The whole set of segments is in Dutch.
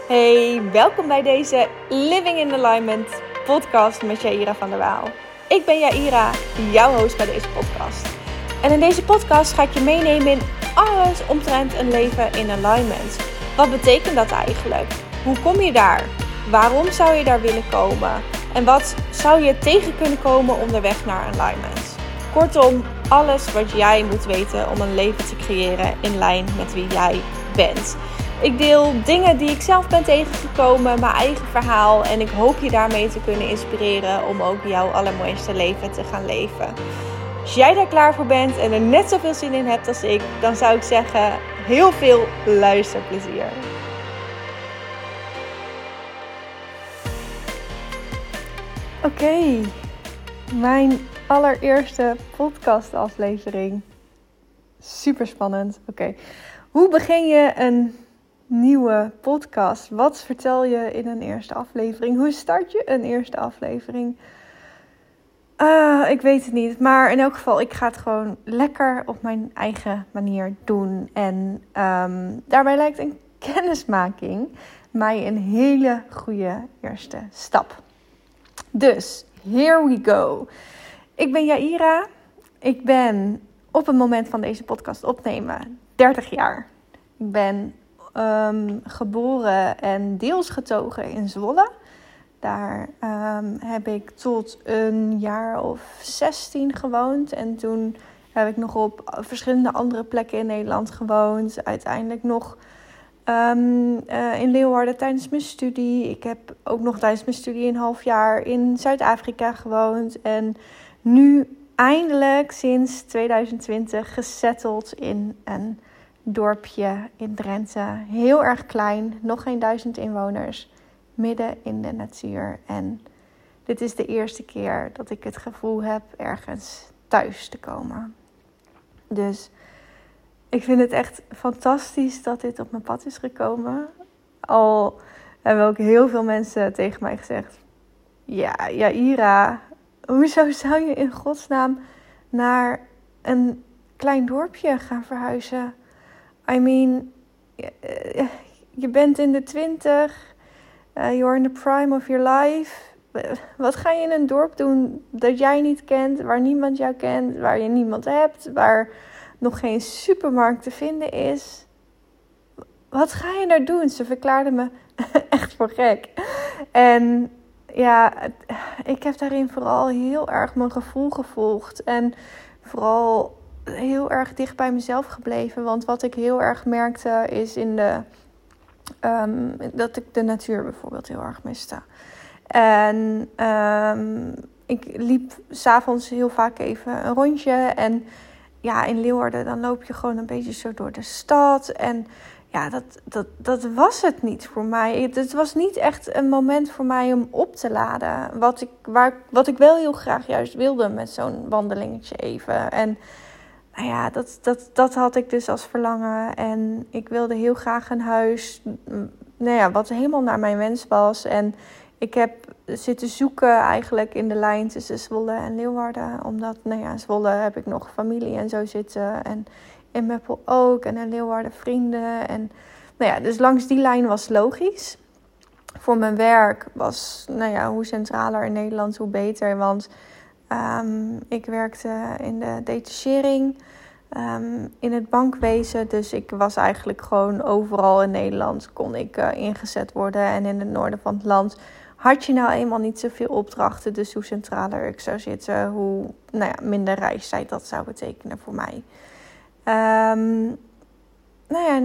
Hey, welkom bij deze Living in Alignment podcast met Jaira van der Waal. Ik ben Jaira, jouw host bij deze podcast. En in deze podcast ga ik je meenemen in alles omtrent een leven in alignment. Wat betekent dat eigenlijk? Hoe kom je daar? Waarom zou je daar willen komen? En wat zou je tegen kunnen komen onderweg naar alignment? Kortom, alles wat jij moet weten om een leven te creëren in lijn met wie jij bent. Ik deel dingen die ik zelf ben tegengekomen, mijn eigen verhaal. En ik hoop je daarmee te kunnen inspireren om ook jouw allermooiste leven te gaan leven. Als jij daar klaar voor bent en er net zoveel zin in hebt als ik, dan zou ik zeggen, heel veel luisterplezier. Oké, mijn allereerste podcastaflevering. Super spannend. Oké. Hoe begin je een nieuwe podcast? Wat vertel je in een eerste aflevering? Hoe start je een eerste aflevering? Ik weet het niet. Maar in elk geval, ik ga het gewoon lekker op mijn eigen manier doen. En daarbij lijkt een kennismaking mij een hele goede eerste stap. Dus, here we go. Ik ben Jaira. Ik ben op het moment van deze podcast opnemen 30 jaar. Ik ben geboren en deels getogen in Zwolle. Daar heb ik tot een jaar of 16 gewoond. En toen heb ik nog op verschillende andere plekken in Nederland gewoond. Uiteindelijk nog in Leeuwarden tijdens mijn studie. Ik heb ook nog tijdens mijn studie een half jaar in Zuid-Afrika gewoond. En nu eindelijk sinds 2020 gesetteld in een dorpje in Drenthe. Heel erg klein, nog geen 1000 inwoners. Midden in de natuur. En dit is de eerste keer dat ik het gevoel heb ergens thuis te komen. Dus ik vind het echt fantastisch dat dit op mijn pad is gekomen. Al hebben ook heel veel mensen tegen mij gezegd: ja, Jaira, hoezo zou je in godsnaam naar een klein dorpje gaan verhuizen? I mean, je bent in de 20, you're in the prime of your life. Wat ga je in een dorp doen dat jij niet kent, waar niemand jou kent, waar je niemand hebt, waar nog geen supermarkt te vinden is? Wat ga je daar doen? Ze verklaarden me echt voor gek. En ja, ik heb daarin vooral heel erg mijn gevoel gevolgd. En vooral heel erg dicht bij mezelf gebleven. Want wat ik heel erg merkte is dat ik de natuur bijvoorbeeld heel erg miste. En ik liep 's avonds heel vaak even een rondje. En ja, in Leeuwarden dan loop je gewoon een beetje zo door de stad. En ja, dat was het niet voor mij. Het was niet echt een moment voor mij om op te laden. Wat ik wel heel graag juist wilde met zo'n wandelingetje even. En nou ja, dat had ik dus als verlangen. En ik wilde heel graag een huis, nou ja, wat helemaal naar mijn wens was. En ik heb zitten zoeken eigenlijk in de lijn tussen Zwolle en Leeuwarden. Omdat, nou ja, Zwolle heb ik nog familie en zo zitten. En in Meppel ook. En in Leeuwarden vrienden. En nou ja, dus langs die lijn was logisch. Voor mijn werk was, nou ja, hoe centraler in Nederland, hoe beter. Want ik werkte in de detachering, in het bankwezen. Dus ik was eigenlijk gewoon overal in Nederland kon ik ingezet worden. En in het noorden van het land had je nou eenmaal niet zoveel opdrachten. Dus hoe centraler ik zou zitten, hoe minder reistijd dat zou betekenen voor mij. Nou ja, en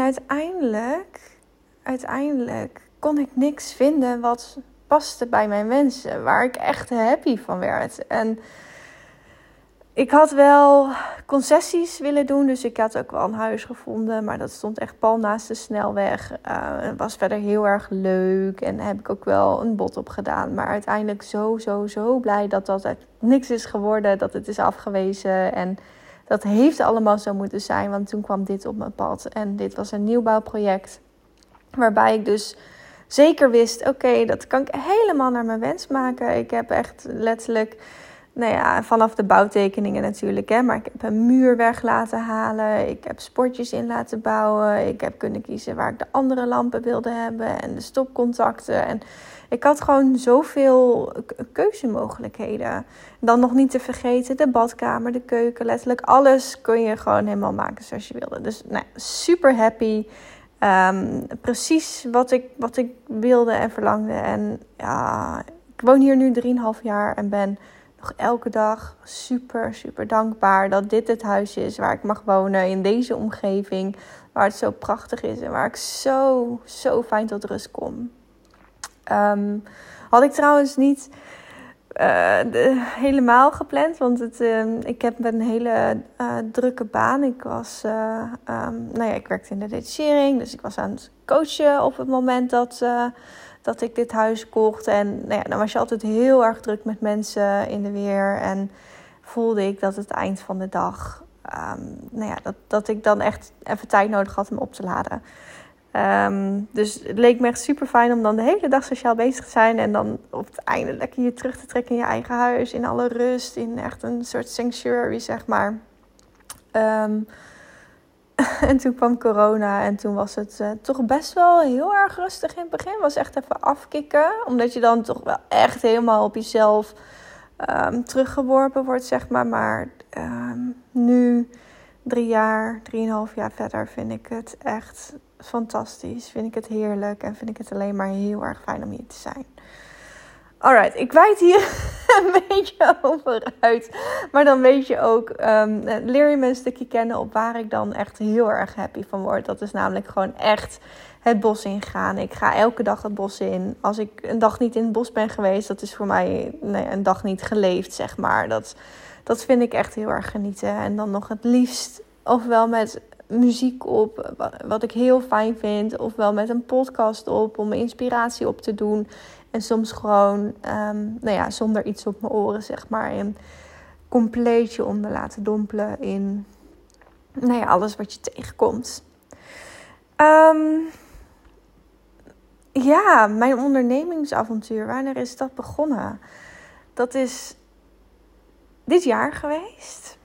uiteindelijk kon ik niks vinden wat paste bij mijn wensen. Waar ik echt happy van werd. En ik had wel concessies willen doen. Dus ik had ook wel een huis gevonden. Maar dat stond echt pal naast de snelweg. Het was verder heel erg leuk. En daar heb ik ook wel een bod op gedaan. Maar uiteindelijk zo blij dat het niks is geworden. Dat het is afgewezen. En dat heeft allemaal zo moeten zijn. Want toen kwam dit op mijn pad. En dit was een nieuwbouwproject. Waarbij ik dus zeker wist, oké, dat kan ik helemaal naar mijn wens maken. Ik heb echt letterlijk Nou ja, vanaf de bouwtekeningen natuurlijk. Hè? Maar ik heb een muur weg laten halen. Ik heb spotjes in laten bouwen. Ik heb kunnen kiezen waar ik de andere lampen wilde hebben. En de stopcontacten. En ik had gewoon zoveel keuzemogelijkheden. Dan nog niet te vergeten de badkamer, de keuken. Letterlijk alles kon je gewoon helemaal maken zoals je wilde. Dus super happy. Precies wat ik wilde en verlangde. En ja, ik woon hier nu 3,5 jaar en ben nog elke dag super, super dankbaar dat dit het huis is waar ik mag wonen. In deze omgeving, waar het zo prachtig is en waar ik zo, zo fijn tot rust kom. Had ik trouwens niet helemaal gepland, want ik heb een hele drukke baan. Ik ik werkte in de detachering, dus ik was aan het coachen op het moment dat ik dit huis kocht. En dan was je altijd heel erg druk met mensen in de weer. En voelde ik dat het eind van de dag, dat ik dan echt even tijd nodig had om op te laden. Dus het leek me echt super fijn om dan de hele dag sociaal bezig te zijn. En dan op het einde lekker je terug te trekken in je eigen huis. In alle rust. In echt een soort sanctuary, zeg maar. En toen kwam corona. En toen was het toch best wel heel erg rustig in het begin. Was echt even afkicken. Omdat je dan toch wel echt helemaal op jezelf teruggeworpen wordt, zeg maar. Maar nu, 3,5 jaar verder, vind ik het echt fantastisch. Vind ik het heerlijk en vind ik het alleen maar heel erg fijn om hier te zijn. Alright, ik wijd hier een beetje over uit. Maar dan weet je ook, leer je me een stukje kennen op waar ik dan echt heel erg happy van word. Dat is namelijk gewoon echt het bos ingaan. Ik ga elke dag het bos in. Als ik een dag niet in het bos ben geweest, dat is voor mij een dag niet geleefd, zeg maar. Dat vind ik echt heel erg genieten. En dan nog het liefst ofwel met muziek op, wat ik heel fijn vind. Ofwel met een podcast op, om mijn inspiratie op te doen. En soms gewoon, zonder iets op mijn oren, zeg maar. En compleet je onder laten dompelen in, alles wat je tegenkomt. Mijn ondernemingsavontuur, wanneer is dat begonnen? Dat is dit jaar geweest.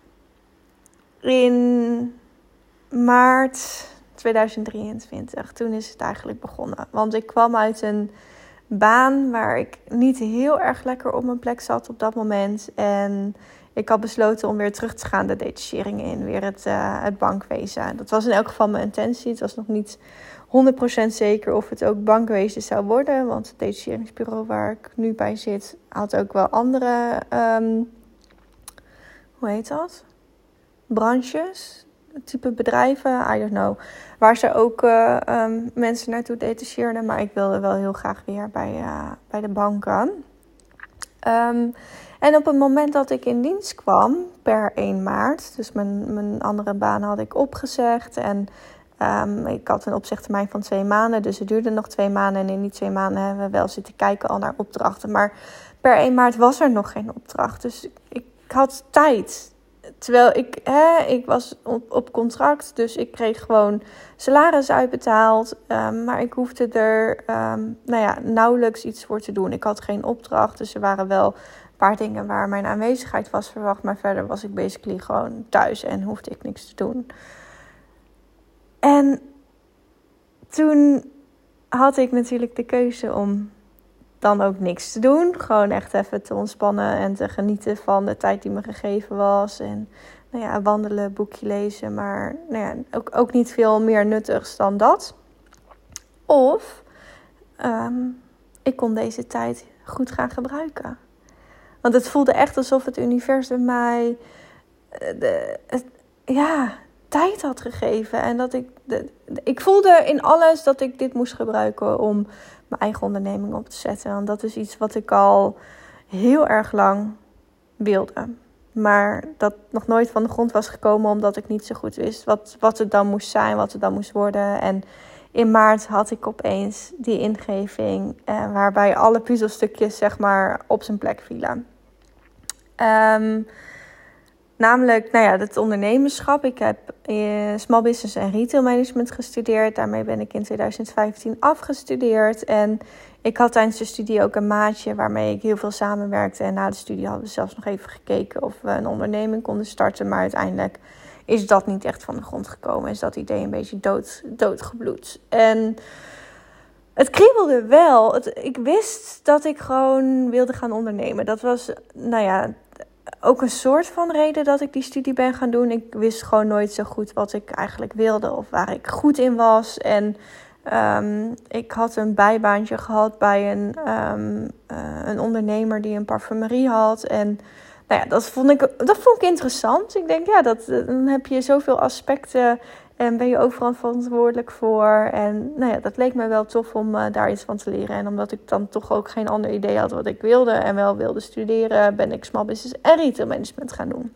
In maart 2023. Toen is het eigenlijk begonnen. Want ik kwam uit een baan waar ik niet heel erg lekker op mijn plek zat op dat moment. En ik had besloten om weer terug te gaan de detachering in. Weer het bankwezen. Dat was in elk geval mijn intentie. Het was nog niet 100% zeker of het ook bankwezen zou worden. Want het detacheringsbureau waar ik nu bij zit had ook wel andere, branches, type bedrijven, I don't know, waar ze ook mensen naartoe detacheerden. Maar ik wilde wel heel graag weer bij de banken. En op het moment dat ik in dienst kwam, per 1 maart, dus mijn andere baan had ik opgezegd. En ik had een opzegtermijn van 2 maanden, dus het duurde nog 2 maanden. En in die 2 maanden hebben we wel zitten kijken al naar opdrachten. Maar per 1 maart was er nog geen opdracht, dus ik had tijd. Terwijl ik was op contract, dus ik kreeg gewoon salaris uitbetaald. Maar ik hoefde er nauwelijks iets voor te doen. Ik had geen opdracht, dus er waren wel een paar dingen waar mijn aanwezigheid was verwacht. Maar verder was ik basically gewoon thuis en hoefde ik niks te doen. En toen had ik natuurlijk de keuze om dan ook niks te doen. Gewoon echt even te ontspannen en te genieten van de tijd die me gegeven was. En wandelen, boekje lezen. Maar ook niet veel meer nuttigs dan dat. Of ik kon deze tijd goed gaan gebruiken. Want het voelde echt alsof het universum mij tijd had gegeven. En dat ik voelde in alles dat ik dit moest gebruiken om mijn eigen onderneming op te zetten. Want dat is iets wat ik al heel erg lang wilde. Maar dat nog nooit van de grond was gekomen, omdat ik niet zo goed wist wat het dan moest zijn, wat het dan moest worden. En in maart had ik opeens die ingeving, waarbij alle puzzelstukjes, zeg maar, op zijn plek vielen. Namelijk, het ondernemerschap. Ik heb small business en retail management gestudeerd. Daarmee ben ik in 2015 afgestudeerd. En Ik had tijdens de studie ook een maatje waarmee ik heel veel samenwerkte. En na de studie hadden we zelfs nog even gekeken of we een onderneming konden starten. Maar uiteindelijk is dat niet echt van de grond gekomen. Is dat idee een beetje doodgebloed. En het kriebelde wel. Ik wist dat ik gewoon wilde gaan ondernemen. Dat was, ook een soort van reden dat ik die studie ben gaan doen. Ik wist gewoon nooit zo goed wat ik eigenlijk wilde of waar ik goed in was. En ik had een bijbaantje gehad bij een ondernemer die een parfumerie had. En dat vond ik interessant. Ik denk, dan heb je zoveel aspecten en ben je overal verantwoordelijk voor. En dat leek me wel tof om daar iets van te leren. En omdat ik dan toch ook geen ander idee had wat ik wilde en wel wilde studeren, ben ik Small Business en Retail Management gaan doen.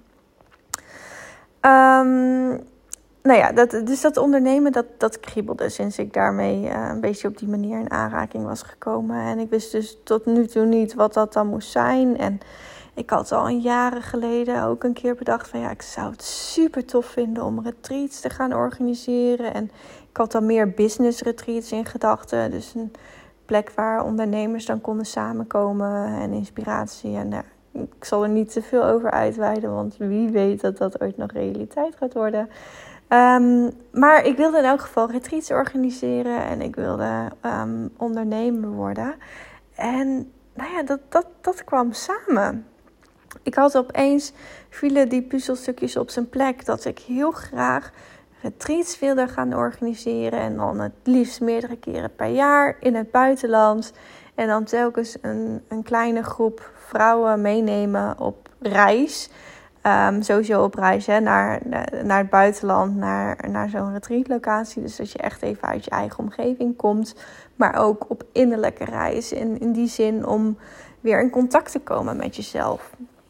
Dus dat ondernemen, dat kriebelde sinds ik daarmee een beetje op die manier in aanraking was gekomen. En ik wist dus tot nu toe niet wat dat dan moest zijn. En ik had al jaren geleden ook een keer bedacht van ik zou het super tof vinden om retreats te gaan organiseren. En ik had dan meer business retreats in gedachten. Dus een plek waar ondernemers dan konden samenkomen en inspiratie. En ik zal er niet te veel over uitweiden, want wie weet dat dat ooit nog realiteit gaat worden. Maar ik wilde in elk geval retreats organiseren en ik wilde ondernemer worden. En dat kwam samen. Ik had opeens, vielen die puzzelstukjes op zijn plek, dat ik heel graag retreats wilde gaan organiseren. En dan het liefst meerdere keren per jaar in het buitenland. En dan telkens een kleine groep vrouwen meenemen op reis. Sowieso op reis naar het buitenland, naar zo'n retreatlocatie. Dus dat je echt even uit je eigen omgeving komt. Maar ook op innerlijke reis. In die zin om weer in contact te komen met jezelf.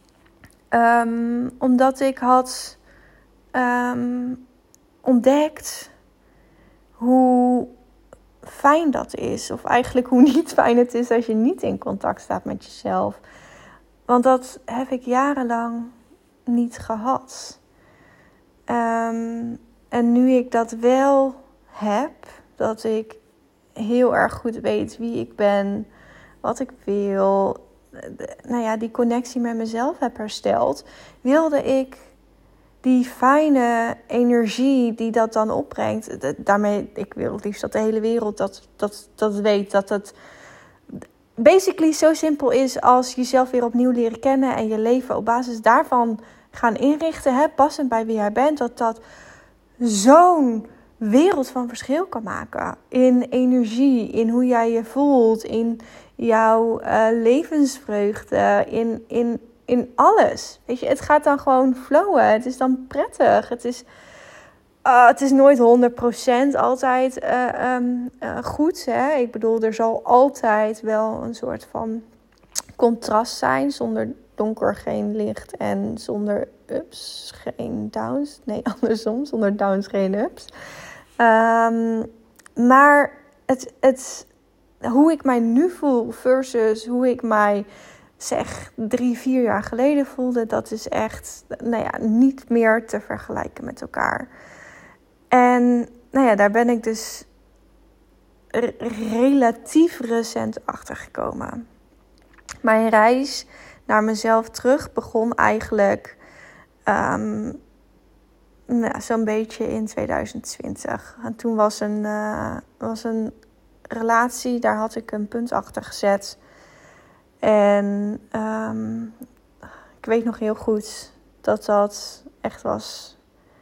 Omdat ik had ontdekt hoe fijn dat is. Of eigenlijk hoe niet fijn het is als je niet in contact staat met jezelf. Want dat heb ik jarenlang niet gehad. En nu ik dat wel heb, dat ik heel erg goed weet wie ik ben, wat ik wil, die connectie met mezelf heb hersteld, wilde ik die fijne energie die dat dan opbrengt. Ik wil het liefst dat de hele wereld dat weet, dat het basically zo simpel is als jezelf weer opnieuw leren kennen en je leven op basis daarvan gaan inrichten, passend bij wie jij bent, dat zo'n wereld van verschil kan maken. In energie, in hoe jij je voelt, in jouw levensvreugde, in alles. Weet je, het gaat dan gewoon flowen. Het is dan prettig. Het is nooit 100% altijd goed. Hè? Ik bedoel, er zal altijd wel een soort van contrast zijn. Zonder donker geen licht en zonder ups geen downs. Nee, andersom. Zonder downs geen ups. Maar hoe ik mij nu voel versus hoe ik mij 3-4 jaar geleden voelde, dat is echt niet meer te vergelijken met elkaar. En daar ben ik dus relatief recent achter gekomen. Mijn reis naar mezelf terug begon eigenlijk zo'n beetje in 2020. En toen was een relatie, daar had ik een punt achter gezet. En ik weet nog heel goed dat echt was.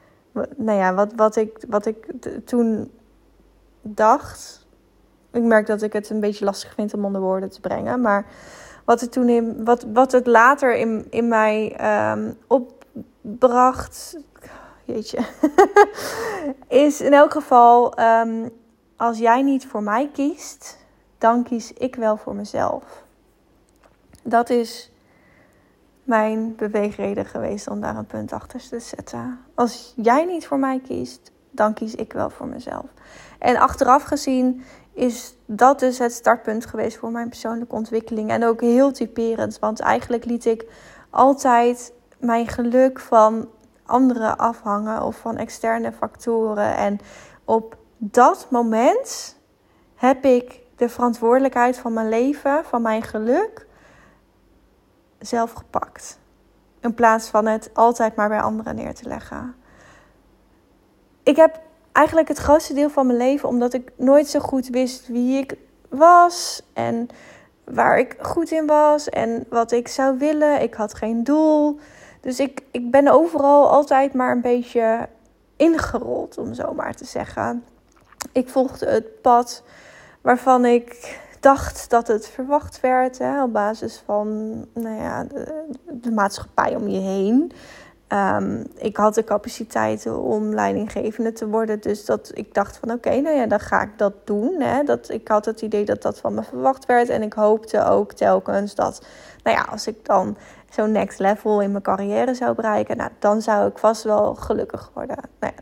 Wat ik toen dacht. Ik merk dat ik het een beetje lastig vind om onder woorden te brengen. Maar wat het later in mij opbracht. Jeetje. Is in elk geval, als jij niet voor mij kiest, dan kies ik wel voor mezelf. Dat is mijn beweegreden geweest om daar een punt achter te zetten. Als jij niet voor mij kiest, dan kies ik wel voor mezelf. En achteraf gezien is dat dus het startpunt geweest voor mijn persoonlijke ontwikkeling. En ook heel typerend, want eigenlijk liet ik altijd mijn geluk van anderen afhangen of van externe factoren. En op dat moment heb ik de verantwoordelijkheid van mijn leven, van mijn geluk, zelf gepakt. In plaats van het altijd maar bij anderen neer te leggen. Ik heb eigenlijk het grootste deel van mijn leven, omdat ik nooit zo goed wist wie ik was en waar ik goed in was en wat ik zou willen. Ik had geen doel. Dus ik ben overal altijd maar een beetje ingerold, om zo maar te zeggen. Ik volgde het pad waarvan ik dacht dat het verwacht werd, hè, op basis van de maatschappij om je heen. Ik had de capaciteiten om leidinggevende te worden. Dus ik dacht van oké, dan ga ik dat doen. Hè. Ik had het idee dat dat van me verwacht werd. En ik hoopte ook telkens dat, als ik dan zo'n next level in mijn carrière zou bereiken, dan zou ik vast wel gelukkig worden.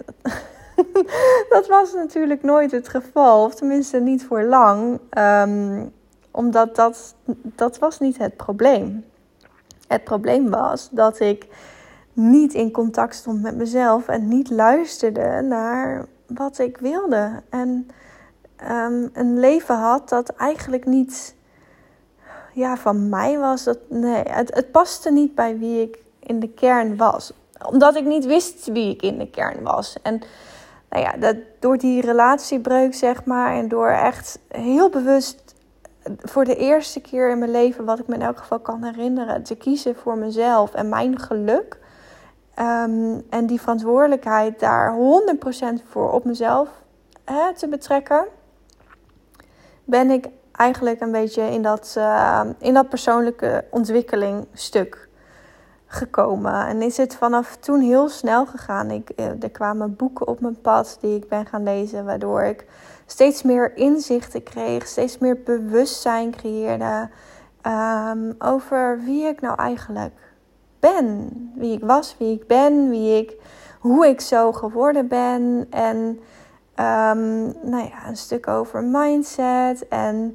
Dat was natuurlijk nooit het geval. Of tenminste niet voor lang. Omdat dat was niet het probleem. Het probleem was dat ik niet in contact stond met mezelf en niet luisterde naar wat ik wilde. En een leven had dat eigenlijk niet van mij was. Het paste niet bij wie ik in de kern was. Omdat ik niet wist wie ik in de kern was. En door die relatiebreuk, zeg maar, en door echt heel bewust voor de eerste keer in mijn leven, wat ik me in elk geval kan herinneren, te kiezen voor mezelf en mijn geluk. En die verantwoordelijkheid daar 100% voor op mezelf te betrekken, ben ik eigenlijk een beetje in dat persoonlijke ontwikkeling stuk gekomen. En is het vanaf toen heel snel gegaan. Er kwamen boeken op mijn pad die ik ben gaan lezen, waardoor ik steeds meer inzichten kreeg, steeds meer bewustzijn creëerde over wie ik nou eigenlijk ben. Wie ik was, wie ik ben, hoe ik zo geworden ben. En een stuk over mindset. En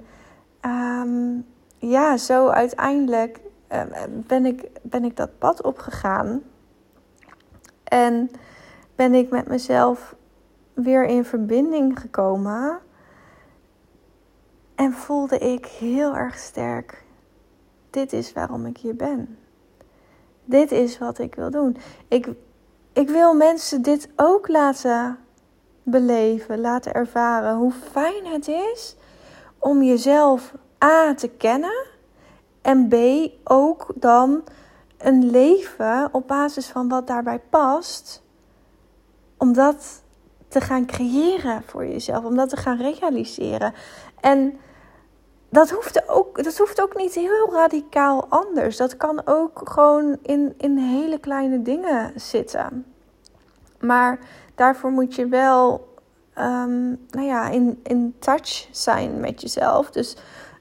zo uiteindelijk ben ik dat pad opgegaan. En ben ik met mezelf weer in verbinding gekomen. En voelde ik heel erg sterk: dit is waarom ik hier ben. Dit is wat ik wil doen. Ik wil mensen dit ook laten beleven, laten ervaren. Hoe fijn het is om jezelf A te kennen. En B ook dan een leven op basis van wat daarbij past. Om dat te gaan creëren voor jezelf. Om dat te gaan realiseren. En dat hoeft ook niet heel radicaal anders. Dat kan ook gewoon in hele kleine dingen zitten. Maar daarvoor moet je wel in touch zijn met jezelf. Dus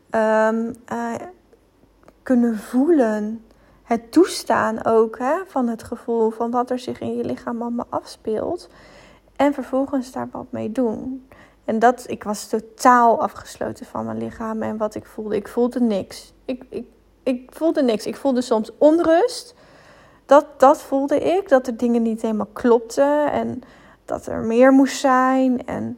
kunnen voelen. Het toestaan ook van het gevoel van wat er zich in je lichaam allemaal afspeelt. En vervolgens daar wat mee doen. En ik was totaal afgesloten van mijn lichaam en wat ik voelde. Ik voelde niks. Ik voelde niks. Ik voelde soms onrust. Dat voelde ik. Dat er dingen niet helemaal klopten. En dat er meer moest zijn. En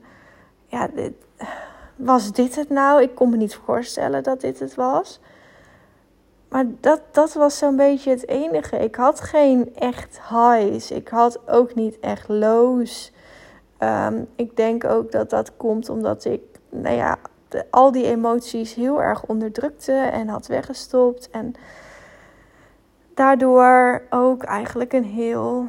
was dit het nou? Ik kon me niet voorstellen dat dit het was. Maar dat was zo'n beetje het enige. Ik had geen echt highs. Ik had ook niet echt lows. Ik denk ook dat komt omdat ik al die emoties heel erg onderdrukte en had weggestopt. En daardoor ook eigenlijk een heel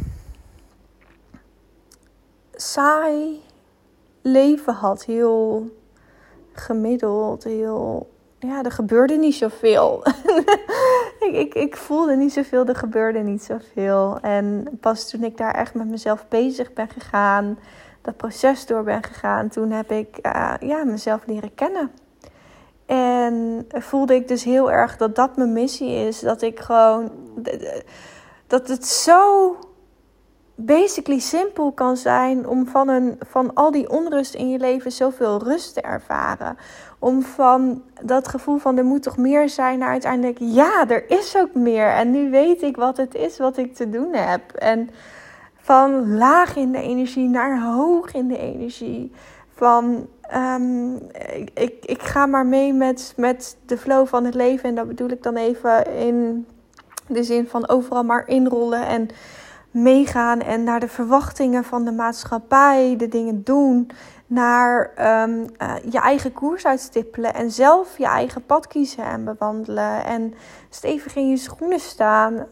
saai leven had. Heel gemiddeld, er gebeurde niet zoveel. ik voelde niet zoveel, er gebeurde niet zoveel. En pas toen ik daar echt met mezelf bezig ben gegaan, dat proces door ben gegaan, toen heb ik mezelf leren kennen. En voelde ik dus heel erg dat mijn missie is. Dat ik gewoon, dat het zo basically simpel kan zijn om van al die onrust in je leven zoveel rust te ervaren. Om van dat gevoel van er moet toch meer zijn naar uiteindelijk, er is ook meer. En nu weet ik wat het is wat ik te doen heb. En van laag in de energie naar hoog in de energie. Van ik ga maar mee met de flow van het leven. En dat bedoel ik dan even in de zin van overal maar inrollen en meegaan. En naar de verwachtingen van de maatschappij, de dingen doen. Naar je eigen koers uitstippelen. En zelf je eigen pad kiezen en bewandelen. En stevig in je schoenen staan.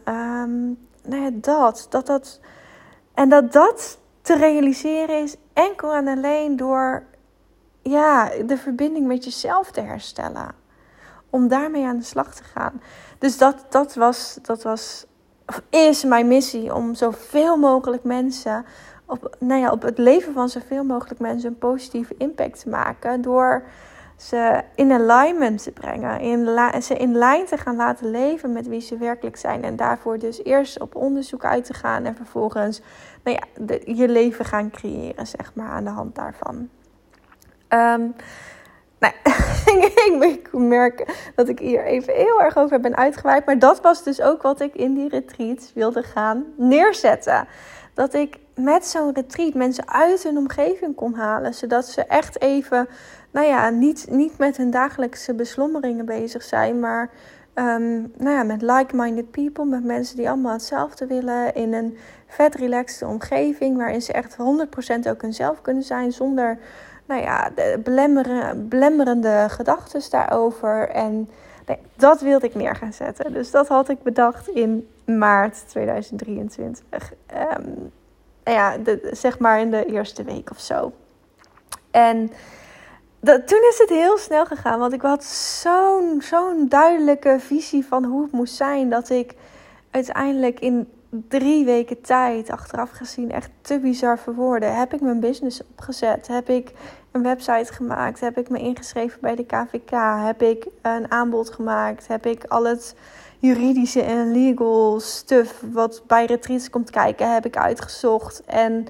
Dat te realiseren is enkel en alleen door de verbinding met jezelf te herstellen. Om daarmee aan de slag te gaan. Dus is mijn missie. Om zoveel mogelijk mensen op het leven van zoveel mogelijk mensen een positieve impact te maken. Door ze in alignment te brengen. Ze in lijn te gaan laten leven met wie ze werkelijk zijn. En daarvoor dus eerst op onderzoek uit te gaan. En vervolgens je leven gaan creëren, zeg maar, aan de hand daarvan. Ik merk dat ik hier even heel erg over ben uitgeweid. Maar dat was dus ook wat ik in die retreat wilde gaan neerzetten. Dat ik met zo'n retreat mensen uit hun omgeving kon halen. Zodat ze echt even, niet met hun dagelijkse beslommeringen bezig zijn. Maar met like-minded people. Met mensen die allemaal hetzelfde willen. In een vet relaxed omgeving. Waarin ze echt 100% ook hunzelf kunnen zijn. Zonder de belemmerende gedachten daarover. En dat wilde ik neer gaan zetten. Dus dat had ik bedacht in maart 2023. Zeg maar in de eerste week of zo. En toen is het heel snel gegaan. Want ik had zo'n duidelijke visie van hoe het moest zijn. Dat ik uiteindelijk in 3 weken tijd, achteraf gezien, echt te bizar verwoorden. Heb ik mijn business opgezet? Heb ik een website gemaakt? Heb ik me ingeschreven bij de KVK? Heb ik een aanbod gemaakt? Heb ik al het juridische en legal stuff wat bij retreats komt kijken, heb ik uitgezocht. En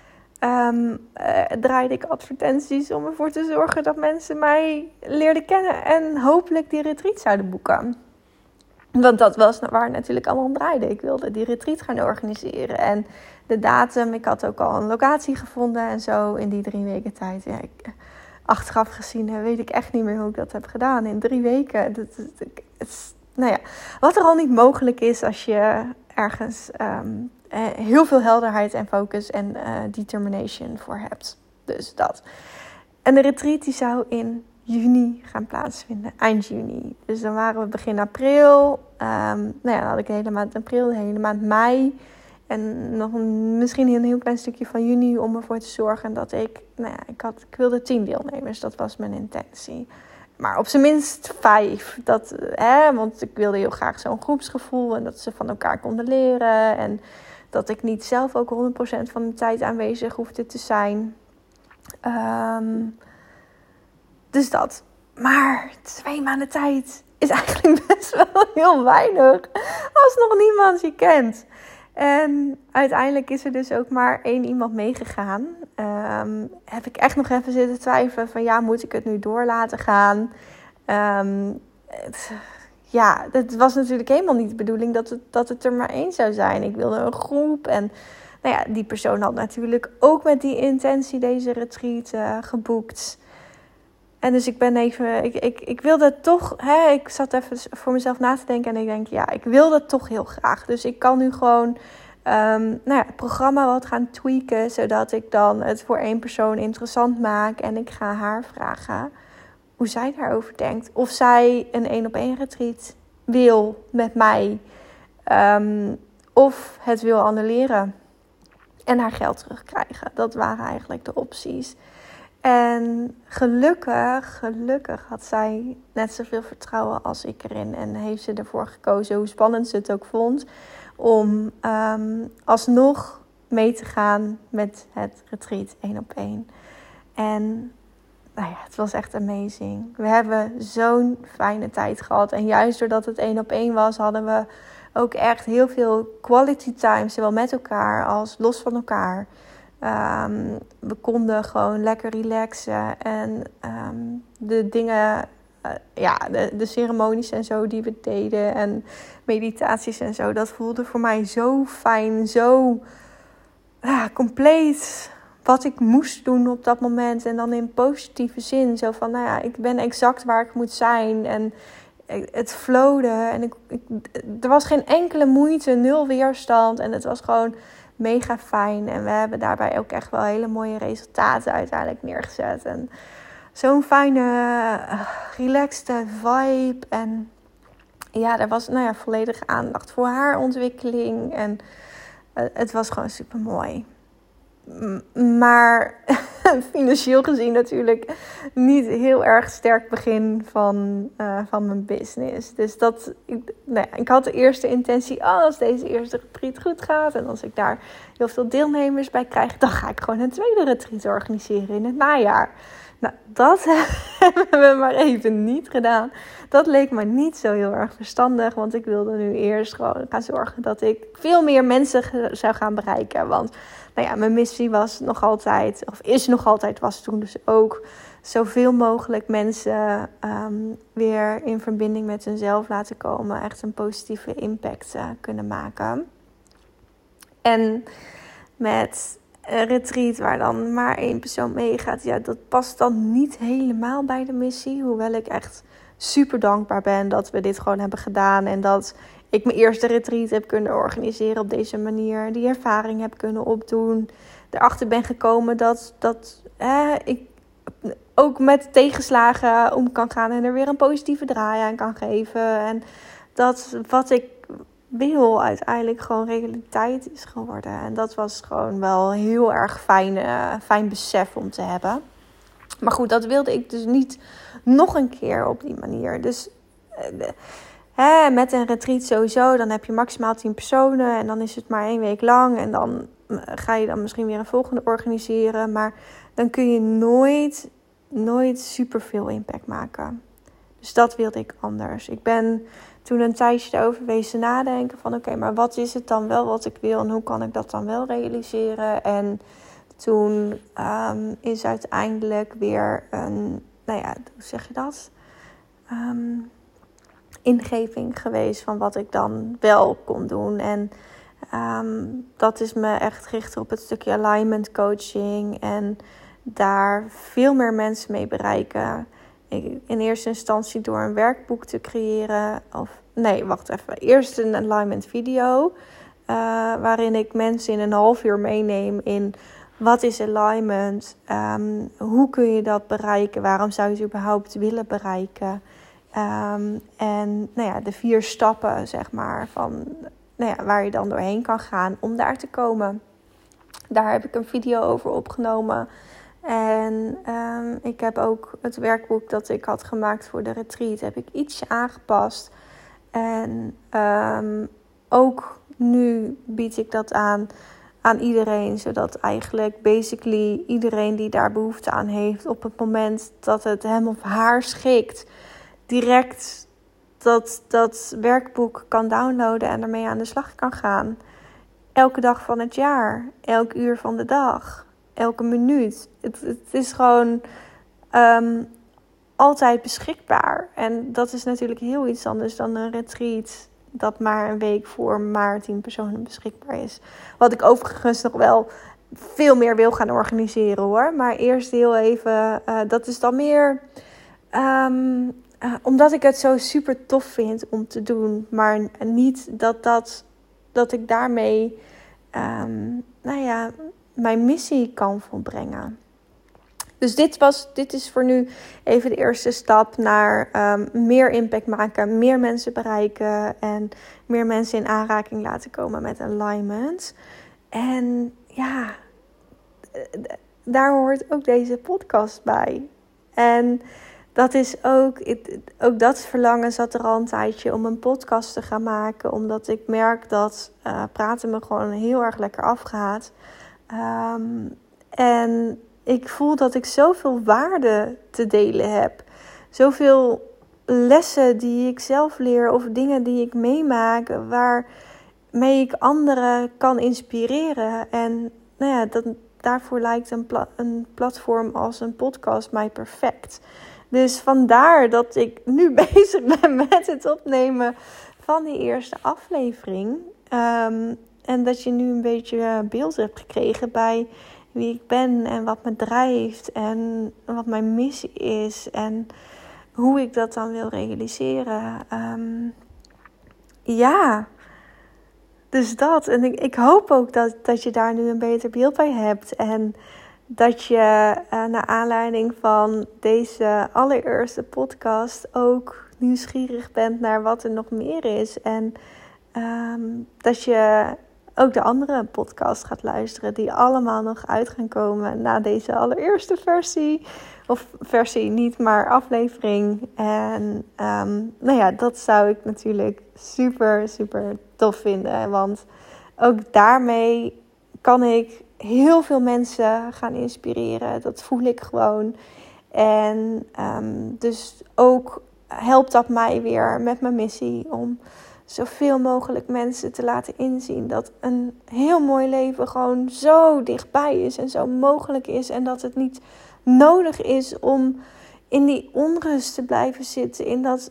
draaide ik advertenties om ervoor te zorgen dat mensen mij leerden kennen en hopelijk die retreat zouden boeken. Want dat was waar het natuurlijk allemaal om draaide. Ik wilde die retreat gaan organiseren. En de datum, ik had ook al een locatie gevonden en zo in die 3 weken tijd. Ja, achteraf gezien weet ik echt niet meer hoe ik dat heb gedaan. In 3 weken. Wat er al niet mogelijk is als je ergens heel veel helderheid en focus en determination voor hebt. Dus dat. En de retreat die zou in juni gaan plaatsvinden. Eind juni. Dus dan waren we begin april. Dan had ik de hele maand april, de hele maand mei. En nog misschien een heel klein stukje van juni om ervoor te zorgen dat ik wilde 10 deelnemers. Dat was mijn intentie. Maar op zijn minst 5. Want ik wilde heel graag zo'n groepsgevoel. En dat ze van elkaar konden leren. En dat ik niet zelf ook 100% van de tijd aanwezig hoefde te zijn. Dus dat. Maar 2 maanden tijd is eigenlijk best wel heel weinig. Als nog niemand je kent. En uiteindelijk is er dus ook maar 1 iemand meegegaan. Heb ik echt nog even zitten twijfelen van moet ik het nu door laten gaan? Het was natuurlijk helemaal niet de bedoeling dat het er maar 1 zou zijn. Ik wilde een groep en die persoon had natuurlijk ook met die intentie deze retreat geboekt. En dus ik ben even, ik wilde toch, ik zat even voor mezelf na te denken en ik denk, ik wil dat toch heel graag. Dus ik kan nu gewoon het programma wat gaan tweaken, zodat ik dan het voor 1 persoon interessant maak. En ik ga haar vragen hoe zij daarover denkt. Of zij een 1-op-1 retreat wil met mij. Of het wil annuleren en haar geld terugkrijgen. Dat waren eigenlijk de opties. En gelukkig had zij net zoveel vertrouwen als ik erin. En heeft ze ervoor gekozen, hoe spannend ze het ook vond, om alsnog mee te gaan met het retreat 1-op-1. En het was echt amazing. We hebben zo'n fijne tijd gehad. En juist doordat het 1-op-1 was, hadden we ook echt heel veel quality time. Zowel met elkaar als los van elkaar. We konden gewoon lekker relaxen. En de dingen, de ceremonies en zo die we deden. En meditaties en zo. Dat voelde voor mij zo fijn. Zo compleet wat ik moest doen op dat moment. En dan in positieve zin. Zo van, nou ja, ik ben exact waar ik moet zijn. En het flowde. En er was geen enkele moeite, 0 weerstand. En het was gewoon mega fijn. En we hebben daarbij ook echt wel hele mooie resultaten uiteindelijk neergezet. En zo'n fijne, relaxte vibe. En ja, er was volledige aandacht voor haar ontwikkeling. En het was gewoon super mooi. Maar financieel gezien natuurlijk niet heel erg sterk begin van mijn business. Dus ik had de eerste intentie, als deze eerste retreat goed gaat en als ik daar heel veel deelnemers bij krijg, dan ga ik gewoon een tweede retreat organiseren in het najaar. Nou, dat hebben we maar even niet gedaan. Dat leek me niet zo heel erg verstandig. Want ik wilde nu eerst gewoon gaan zorgen dat ik veel meer mensen zou gaan bereiken. Want mijn missie was nog altijd, of is nog altijd, was toen dus ook zoveel mogelijk mensen weer in verbinding met hunzelf laten komen. Echt een positieve impact kunnen maken. En met een retreat waar dan maar 1 persoon meegaat. Ja, dat past dan niet helemaal bij de missie. Hoewel ik echt super dankbaar ben dat we dit gewoon hebben gedaan. En dat ik mijn eerste retreat heb kunnen organiseren op deze manier. Die ervaring heb kunnen opdoen. Erachter ben gekomen dat ik ook met tegenslagen om kan gaan. En er weer een positieve draai aan kan geven. En dat wat ik wil uiteindelijk gewoon realiteit is geworden. En dat was gewoon wel heel erg fijn besef om te hebben. Maar goed, dat wilde ik dus niet nog een keer op die manier. Dus met een retreat sowieso, dan heb je maximaal 10 personen. En dan is het maar 1 week lang. En dan ga je dan misschien weer een volgende organiseren. Maar dan kun je nooit superveel impact maken. Dus dat wilde ik anders. Ik ben toen een tijdje erover wezen nadenken van oké, maar wat is het dan wel wat ik wil en hoe kan ik dat dan wel realiseren? En toen is uiteindelijk weer een, hoe zeg je dat? Ingeving geweest van wat ik dan wel kon doen. En dat is me echt gericht op het stukje alignment coaching en daar veel meer mensen mee bereiken. In eerste instantie door een werkboek te creëren. Eerst een alignment video. Waarin ik mensen in een half uur meeneem in wat is alignment? Hoe kun je dat bereiken? Waarom zou je het überhaupt willen bereiken? En de 4 stappen, zeg maar, van waar je dan doorheen kan gaan om daar te komen. Daar heb ik een video over opgenomen. En ik heb ook het werkboek dat ik had gemaakt voor de retreat, heb ik ietsje aangepast. En ook nu bied ik dat aan iedereen, zodat eigenlijk basically iedereen die daar behoefte aan heeft, op het moment dat het hem of haar schikt, direct dat werkboek kan downloaden en ermee aan de slag kan gaan. Elke dag van het jaar, elk uur van de dag, elke minuut. Het is gewoon altijd beschikbaar. En dat is natuurlijk heel iets anders dan een retreat dat maar een week voor maar 10 personen beschikbaar is. Wat ik overigens nog wel veel meer wil gaan organiseren hoor. Maar eerst heel even, dat is dan meer omdat ik het zo super tof vind om te doen. Maar niet dat ik daarmee mijn missie kan volbrengen. Dus dit is voor nu even de eerste stap naar meer impact maken, meer mensen bereiken en meer mensen in aanraking laten komen met alignment. En ja, daar hoort ook deze podcast bij. En dat is ook dat verlangen zat er al een tijdje om een podcast te gaan maken. Omdat ik merk dat praten me gewoon heel erg lekker afgaat. En ik voel dat ik zoveel waarde te delen heb. Zoveel lessen die ik zelf leer of dingen die ik meemaak waarmee ik anderen kan inspireren. En daarvoor lijkt een platform als een podcast mij perfect. Dus vandaar dat ik nu bezig ben met het opnemen van die eerste aflevering. En dat je nu een beetje beeld hebt gekregen bij wie ik ben en wat me drijft en wat mijn missie is en hoe ik dat dan wil realiseren. Dus dat. En ik hoop ook dat je daar nu een beter beeld bij hebt. En dat je naar aanleiding van deze allereerste podcast ook nieuwsgierig bent naar wat er nog meer is. En dat je ook de andere podcast gaat luisteren die allemaal nog uit gaan komen na deze allereerste versie. Of versie niet, maar aflevering. En dat zou ik natuurlijk super, super tof vinden. Want ook daarmee kan ik heel veel mensen gaan inspireren. Dat voel ik gewoon. En dus ook helpt dat mij weer met mijn missie om zoveel mogelijk mensen te laten inzien dat een heel mooi leven gewoon zo dichtbij is en zo mogelijk is. En dat het niet nodig is om in die onrust te blijven zitten. In dat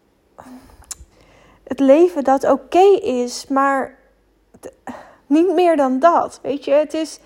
het leven dat oké is, maar niet meer dan dat. Weet je, het is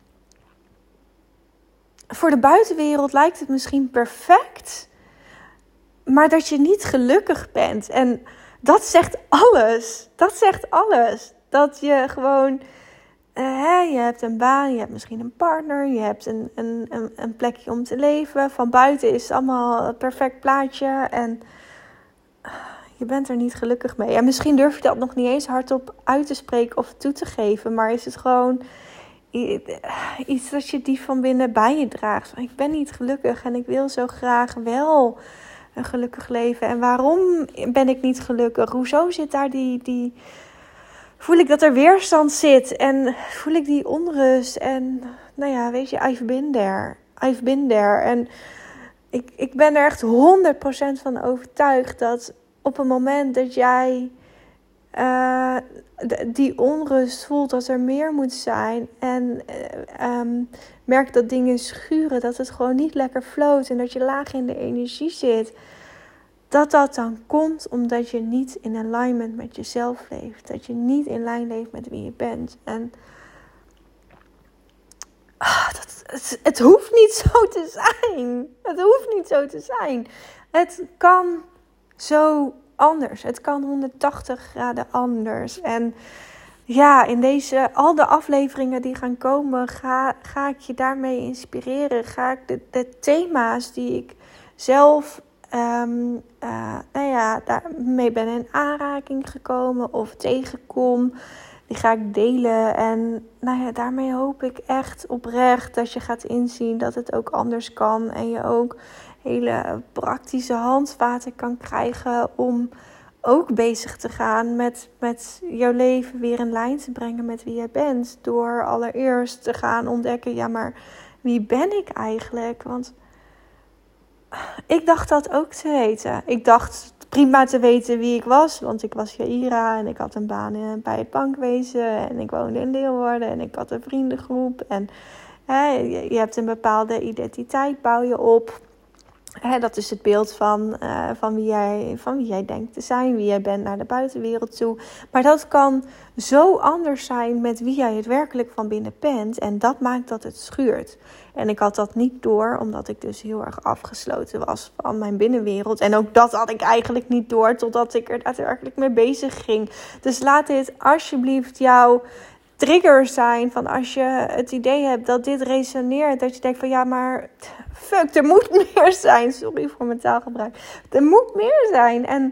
voor de buitenwereld lijkt het misschien perfect, maar dat je niet gelukkig bent. En dat zegt alles. Dat zegt alles. Dat je gewoon, je hebt een baan, je hebt misschien een partner, je hebt een plekje om te leven. Van buiten is het allemaal een perfect plaatje en je bent er niet gelukkig mee. En misschien durf je dat nog niet eens hardop uit te spreken of toe te geven, maar is het gewoon iets dat je die van binnen bij je draagt. Van, ik ben niet gelukkig en ik wil zo graag wel een gelukkig leven. En waarom ben ik niet gelukkig? Hoezo zit daar voel ik dat er weerstand zit? En voel ik die onrust? En weet je, I've been there. I've been there. En ik ben er echt 100% van overtuigd dat op het moment dat jij die onrust voelt, dat er meer moet zijn en merkt dat dingen schuren, dat het gewoon niet lekker floot en dat je laag in de energie zit, dat dan komt omdat je niet in alignment met jezelf leeft, dat je niet in lijn leeft met wie je bent. En het hoeft niet zo te zijn. Het hoeft niet zo te zijn. Het kan zo anders. Het kan 180 graden anders. En ja, in al de afleveringen die gaan komen, ga ik je daarmee inspireren. Ga ik de thema's die ik zelf daarmee ben in aanraking gekomen of tegenkom, die ga ik delen. En daarmee hoop ik echt oprecht dat je gaat inzien dat het ook anders kan. En je ook hele praktische handvaten kan krijgen om ook bezig te gaan met jouw leven weer in lijn te brengen met wie jij bent. Door allereerst te gaan ontdekken, ja, maar wie ben ik eigenlijk? Want ik dacht dat ook te weten. Ik dacht prima te weten wie ik was, want ik was Jaira en ik had een baan bij het bankwezen en ik woonde in Leeuwarden en ik had een vriendengroep. En je hebt een bepaalde identiteit, bouw je op. Dat is het beeld van wie jij denkt te zijn, wie jij bent naar de buitenwereld toe. Maar dat kan zo anders zijn met wie jij het werkelijk van binnen bent. En dat maakt dat het schuurt. En ik had dat niet door, omdat ik dus heel erg afgesloten was van mijn binnenwereld. En ook dat had ik eigenlijk niet door, totdat ik er daadwerkelijk mee bezig ging. Dus laat dit alsjeblieft jouw triggers zijn van als je het idee hebt dat dit resoneert, dat je denkt van ja, maar fuck, er moet meer zijn. Sorry voor mijn taalgebruik. Er moet meer zijn. En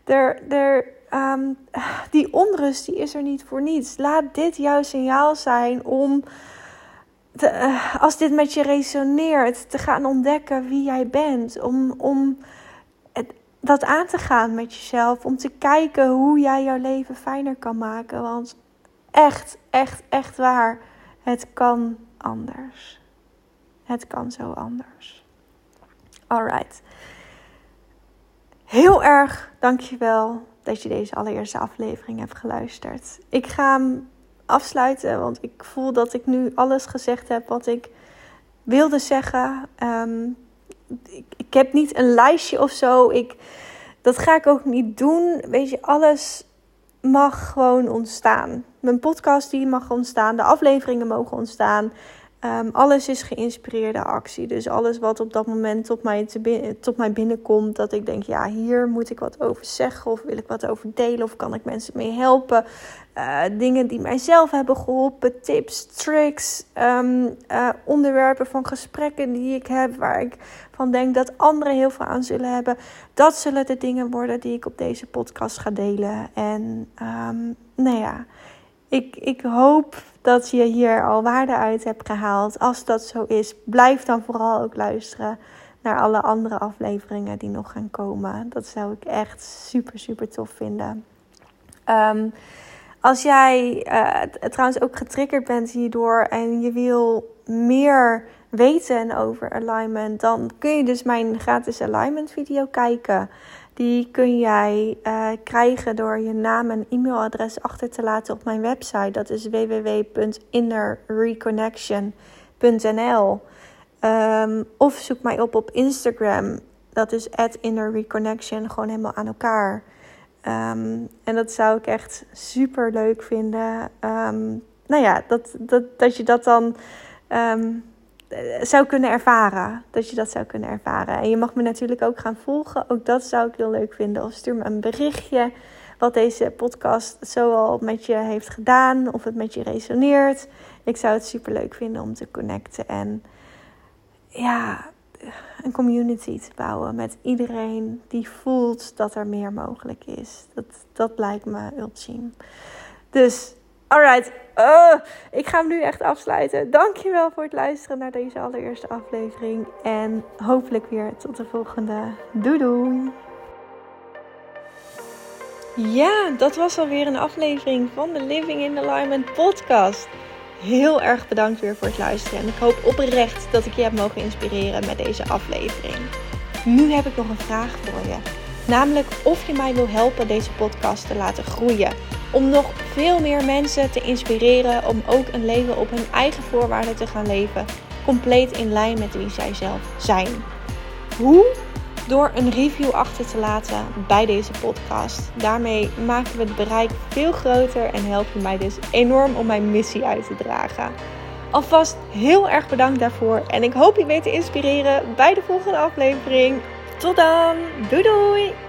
die onrust die is er niet voor niets. Laat dit jouw signaal zijn om als dit met je resoneert, te gaan ontdekken wie jij bent. Om dat aan te gaan met jezelf. Om te kijken hoe jij jouw leven fijner kan maken. Want echt, echt, echt waar. Het kan anders. Het kan zo anders. Alright. Heel erg dankjewel dat je deze allereerste aflevering hebt geluisterd. Ik ga hem afsluiten, want ik voel dat ik nu alles gezegd heb wat ik wilde zeggen. Ik heb niet een lijstje of zo. Dat ga ik ook niet doen. Weet je, alles mag gewoon ontstaan. Mijn podcast die mag ontstaan. De afleveringen mogen ontstaan. Alles is geïnspireerde actie. Dus alles wat op dat moment tot mij binnenkomt. Dat ik denk, ja, hier moet ik wat over zeggen. Of wil ik wat over delen. Of kan ik mensen mee helpen. Dingen die mijzelf hebben geholpen. Tips, tricks. Onderwerpen van gesprekken die ik heb. Waar ik van denk dat anderen heel veel aan zullen hebben. Dat zullen de dingen worden die ik op deze podcast ga delen. En ik hoop dat je hier al waarde uit hebt gehaald. Als dat zo is, blijf dan vooral ook luisteren naar alle andere afleveringen die nog gaan komen. Dat zou ik echt super, super tof vinden. Als jij trouwens ook getriggerd bent hierdoor en je wil meer weten over alignment, dan kun je dus mijn gratis alignment video kijken. Die kun jij krijgen door je naam en e-mailadres achter te laten op mijn website. Dat is www.innerreconnection.nl. Of zoek mij op Instagram. Dat is @innerreconnection. Gewoon helemaal aan elkaar. En dat zou ik echt super leuk vinden. Dat je dat dan zou kunnen ervaren. Dat je dat zou kunnen ervaren. En je mag me natuurlijk ook gaan volgen. Ook dat zou ik heel leuk vinden. Of stuur me een berichtje wat deze podcast zo al met je heeft gedaan. Of het met je resoneert. Ik zou het super leuk vinden om te connecten. En ja, een community te bouwen met iedereen die voelt dat er meer mogelijk is. Dat lijkt me ultiem. Dus, alright. Ik ga hem nu echt afsluiten. Dankjewel voor het luisteren naar deze allereerste aflevering. En hopelijk weer tot de volgende. Doei doei. Ja, dat was alweer een aflevering van de Living in Alignment podcast. Heel erg bedankt weer voor het luisteren. En ik hoop oprecht dat ik je heb mogen inspireren met deze aflevering. Nu heb ik nog een vraag voor je. Namelijk of je mij wil helpen deze podcast te laten groeien. Om nog veel meer mensen te inspireren om ook een leven op hun eigen voorwaarden te gaan leven. Compleet in lijn met wie zij zelf zijn. Hoe? Door een review achter te laten bij deze podcast. Daarmee maken we het bereik veel groter en help je mij dus enorm om mijn missie uit te dragen. Alvast heel erg bedankt daarvoor en ik hoop je weer te inspireren bij de volgende aflevering. Tot dan! Doei doei!